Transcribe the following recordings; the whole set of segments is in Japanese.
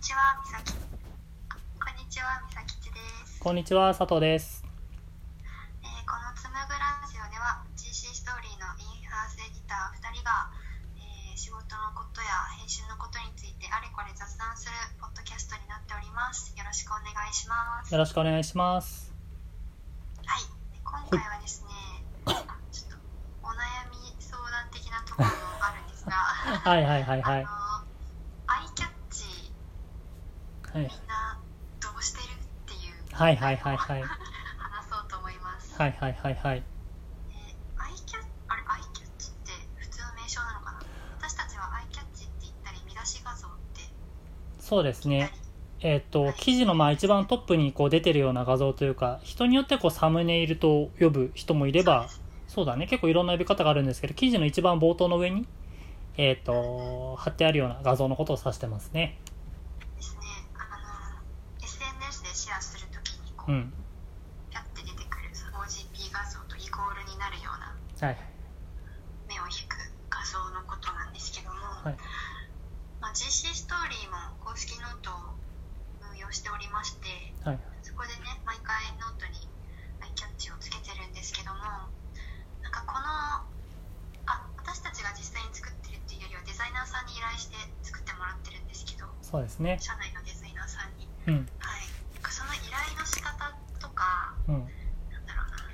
ちは、みさき。こんにちは、みさきちです。 こんにちは、佐藤です。 このつむぐラジオでは GC ストーリーのインハースエディター2人が、仕事のことや編集のことについてあれこれ雑談するポッドキャストになっております。よろしくお願いします。 よろしくお願いします。 はい、今回はですね、ちょっとお悩み相談的なところもあるんですがはいはいはいはい。 アイキャッチ、 はい、 みんなどうしてるっていうはいはいはいはい。 話そうと思います。 はいはいはいはい。 アイキャッチって普通の名称なのかな。私たちはアイキャッチって言ったり見出し画像ってそうですね。 はい、 記事の一番トップにこう出てるような画像というか、人によってこうサムネイルと呼ぶ人もいれば、そうだね、結構いろんな呼び方があるんですけど、記事の一番冒頭の上に、貼ってあるような画像のことを指してますね。 ですね。SNS でシェアするときにこう、 うん。 ピャッて出てくる OGP 画像とイコールになるようなはい。 目を引く画像のことなんですけども、 はい。 GC ストーリーも公式ノートを運用しておりまして、 はい。 そこでね、毎回ノートにアイキャッチをつけてるんですけども、なんか私たちが実際に作ってるっていうよりはデザイナーさんに依頼して作ってもらってるんですけど、 そうですね。 社内のデザイナーさんに、 うん。 はい、なんかその依頼の仕方とか、 うん。 なんだろうな、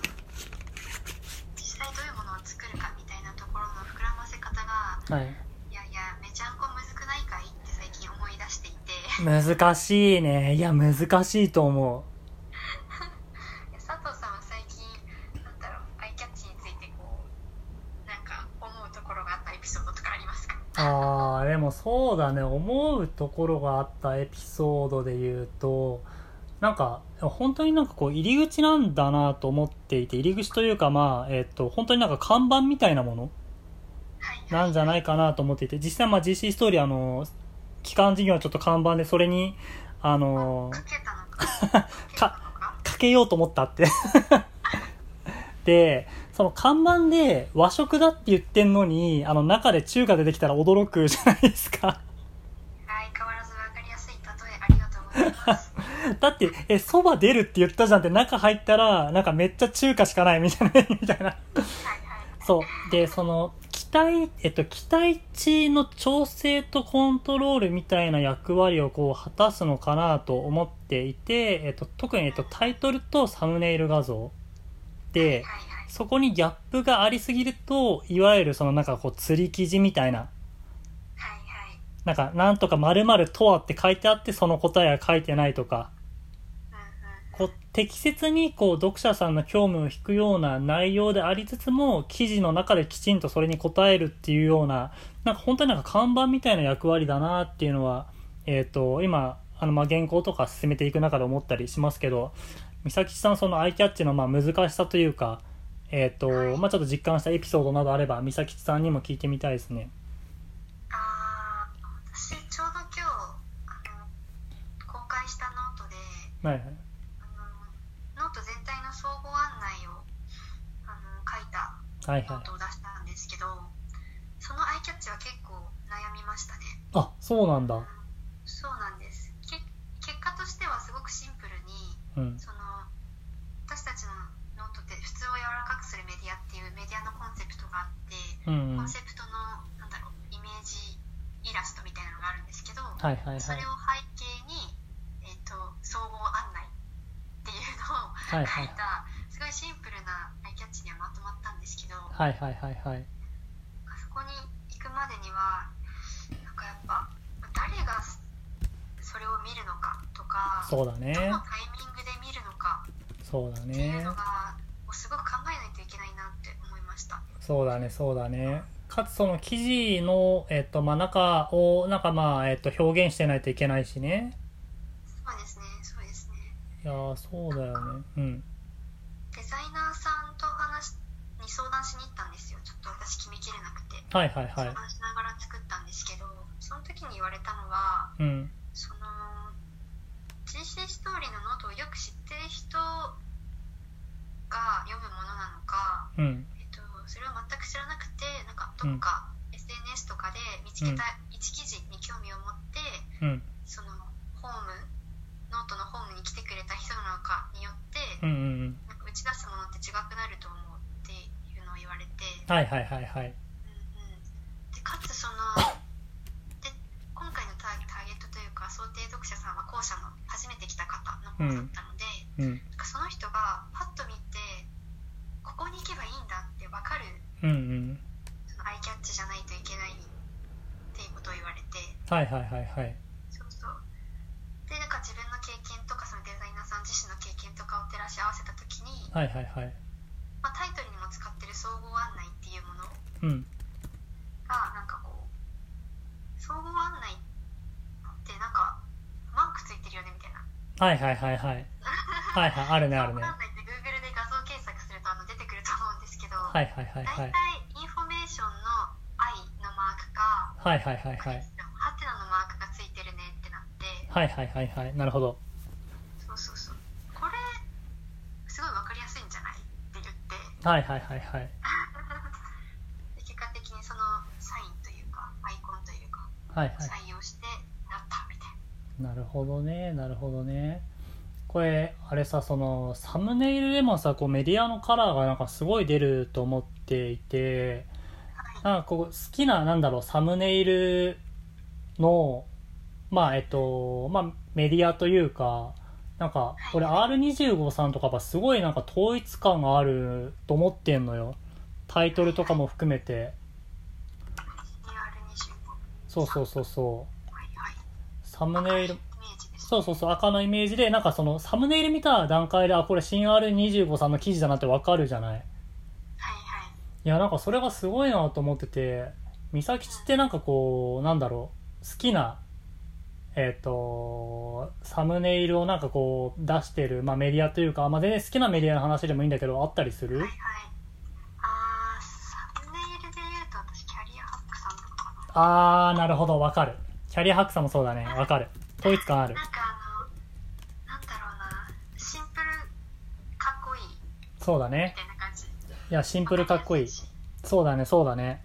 実際どういうものを作るかみたいなところの膨らませ方が、 はい。 いやいやめちゃんこむずくないかいって最近思い出していて難しいね。いや、難しいと思う。 佐藤さんは最近なんだろう、アイキャッチについてこうなんか思うところがあったエピソードとかありますか？ でもそうだね、思うところがあったエピソードで言うと、なんか本当になんかこう入り口なんだなと思っていて、入り口というか本当になんか看板みたいなものなんじゃないかなと思っていて、実際GC ストーリー期間事業はちょっと看板で、それにかけたのかかけようと思ったってで、その看板で和食だって言ってんのに、中で中華出てきたら驚くじゃないですか。 相変わらず分かりやすい例えありがとうございますだって、蕎麦出るって言ったじゃんって、中入ったら、なんかめっちゃ中華しかないみたいな、みたいな。そう。で、その、期待値の調整とコントロールみたいな役割をこう果たすのかなと思っていて、特にタイトルとサムネイル画像で、そこにギャップがありすぎると、いわゆるそのなんかこう釣り記事みたいな、なんかなんとか〇〇とはって書いてあってその答えは書いてないとか、こう適切にこう読者さんの興味を引くような内容でありつつも、記事の中できちんとそれに答えるっていうような、なんか本当になんか看板みたいな役割だなっていうのは、今原稿とか進めていく中で思ったりしますけど、美咲さん、そのアイキャッチの難しさというか、ちょっと実感したエピソードなどあれば美咲さんにも聞いてみたいですね。 私ちょうど今日公開したノートで、 はいはい、 ノート全体の総合案内を書いたノートを出したんですけど、そのアイキャッチは結構悩みましたね。 あ、そうなんだ。 そうなんです。結果としてはすごくシンプルに、私たちのノートって普通を柔らかくするメディアっていうメディアのコンセプトがあって、コンセプトのイメージイラストみたいなのがあるんですけど、それを背景に、総合案内っていうのを書いた、すごいシンプルなアイキャッチにはまとまったんですけど、そこに行くまでにはなんかやっぱ誰がそれを見るのかとか、 そうだね、 どのタイミングで見るのかそうだねっていうのがすごく考えないといけないなって思いました。 そうだね。かつその記事の中を表現してないといけないしね。 そうですね。 いやそうだよね。 デザイナーさんと相談しに行ったんですよ。ちょっと私決めきれなくて。相談しながら作ったんですけど、その時に言われたのは、その GC ストーリーのノートをよく知ってる人が読むものなのか、それを全く知らなくて、なんかどっか SNS とかで見つけた一記事に興味を持って、そのれた人なのかによって、なんか打ち出すものって違くなると思うっていうのを言われて、 はいはいはいはい。 でかつで今回のターゲットというか想定読者さんは後者の初めて来た方の方だったので、なんかその人がパッと見てここに行けばいいんだって分かる、そのアイキャッチじゃないといけないっていうことを言われて、 はいはいはいはい。 そうそうでなんか自分の経験とかそのデザイナーさん自身の経験とかを照らし合わせた時に、 はいはいはい。 まあ、タイトルにも使ってる総合案内っていうものがなんかこう総合案内ってなんかマークついてるよねみたいな、 はいはいはいはいはいはい、あるねあるね。 総合案内って Google で画像検索すると出てくると思うんですけど、 はいはいはいはい、 大体インフォメーションの I のマークか、 はいはいはいはい、 ハテナのマークがついてるねってなって、 はいはいはいはい、なるほど。 そうそうそう、これすごい分かりやすいんじゃないって言って、 はいはいはいはい。 結果的にそのサインというかアイコンというか、 はいはい、 採用してなったみたいな。なるほどねなるほどね。これあれさ、そのサムネイルでもさ、こうメディアのカラーがなんかすごい出ると思っていて、なんかこう好きななんだろうサムネイルのまあまあメディアというか、なんか俺 R25 さんとかはすごいなんか統一感があると思ってんのよ、タイトルとかも含めて。そうそうそうそう、サムネイル、そうそうそう、赤のイメージで、なんかそのサムネイル見た段階で、あ、これ新 R25 さんの記事だなってわかるじゃない。いや、なんかそれがすごいなと思ってて、みさきちってなんかこうなんだろう、好きなサムネイルをなんかこう出してる、まあ、メディアというか、まあ、全然好きなメディアの話でもいいんだけど、あったりする？ はいはい、サムネイルで言うと私キャリアハックさんとかかな。なるほど、わかる。キャリアハックさんもそうだね、わかる。統一感ある。 なんかなんだろうな、シンプルかっこいい、 そうだね、 みたいな感じ。 いやシンプルかっこいい、そうだねそうだね。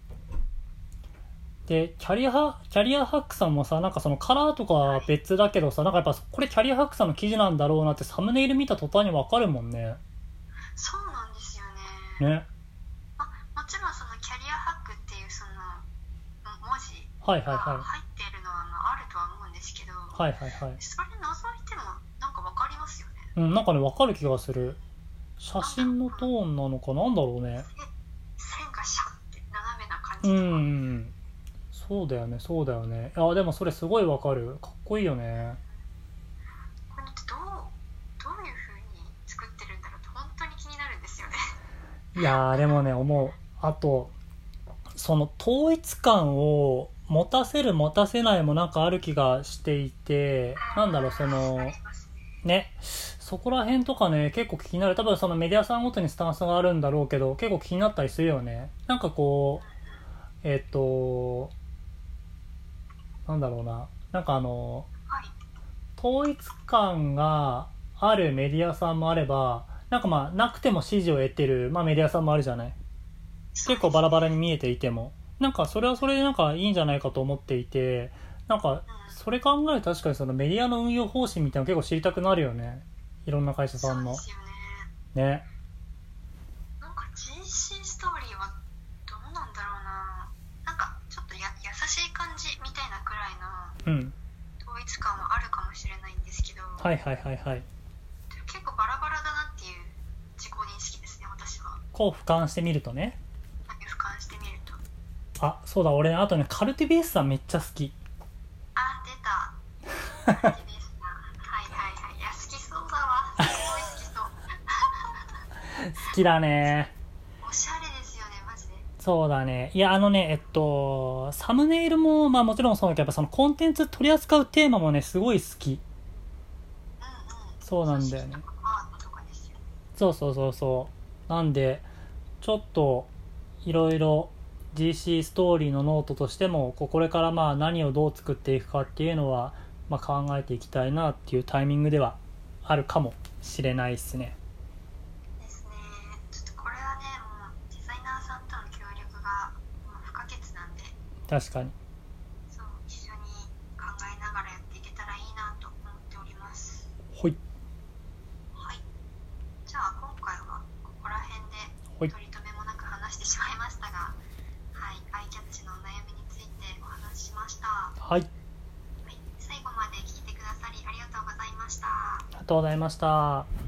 でキャリアハックさんもさ、なんかそのカラーとかは別だけどさ、なんかやっぱこれキャリアハックさんの記事なんだろうなってサムネイル見た途端にわかるもんね。 そうなんですよね。 ね、 もちろんそのキャリアハックっていうその文字はいはいはい、 が入っているのはあるとは思うんですけど、 はいはいはい、 それ除いてもなんかわかりますよね。 なんかね、わかる気がする。写真のトーンなのかなんだろうね。 線がシャッて斜めな感じとか、 そうだよねそうだよね。いやでもそれすごいわかる、かっこいいよね。 これってどういう風に作ってるんだろうって本当に気になるんですよね。 いやでもね思う。あとその統一感を持たせる持たせないもなんかある気がしていて、なんだろうそのね、そこら辺とかね結構気になる。多分そのメディアさんごとにスタンスがあるんだろうけど、結構気になったりするよね。なんかこうなんだろうな、なんか統一感があるメディアさんもあれば、なんかまあなくても支持を得てる、まあ、メディアさんもあるじゃない。結構バラバラに見えていても、なんかそれはそれでなんかいいんじゃないかと思っていて、なんかそれ考えると確かにそのメディアの運用方針みたいなの結構知りたくなるよね、いろんな会社さんの。 そうですよね。ね。 なんか GC ストーリーはどうなんだろうな、なんかちょっと優しい感じみたいなくらいの統一感はあるかもしれないんですけど、 はいはいはいはい。 結構バラバラだなっていう自己認識ですね、私は。 こう俯瞰してみるとね。 俯瞰してみると。 あ、そうだ、俺あとねカルティベースさんめっちゃ好き。 出たカルティベースさんはいはいはい、いや好きそうだわ、すごい好きそう好きだね。 おしゃれですよねマジで。 そうだね。いやサムネイルもまあもちろんそうだけど、やっぱそのコンテンツ取り扱うテーマもねすごい好き。そうなんだよね。そうそうそうそう。なんでちょっといろいろ GC ストーリーのノートとしてもこれからまあ何をどう作っていくかっていうのはまあ考えていきたいなっていうタイミングではあるかもしれないですね。 ですね。ちょっとこれはねもうデザイナーさんとの協力がもう不可欠なんで。 確かに。 そう、一緒に考えながらやっていけたらいいなと思っております。 ほい。 取り留めもなく話してしまいましたが、はい、アイキャッチのお悩みについてお話ししました。 はい、 はい、最後まで聞いてくださりありがとうございました。 ありがとうございました。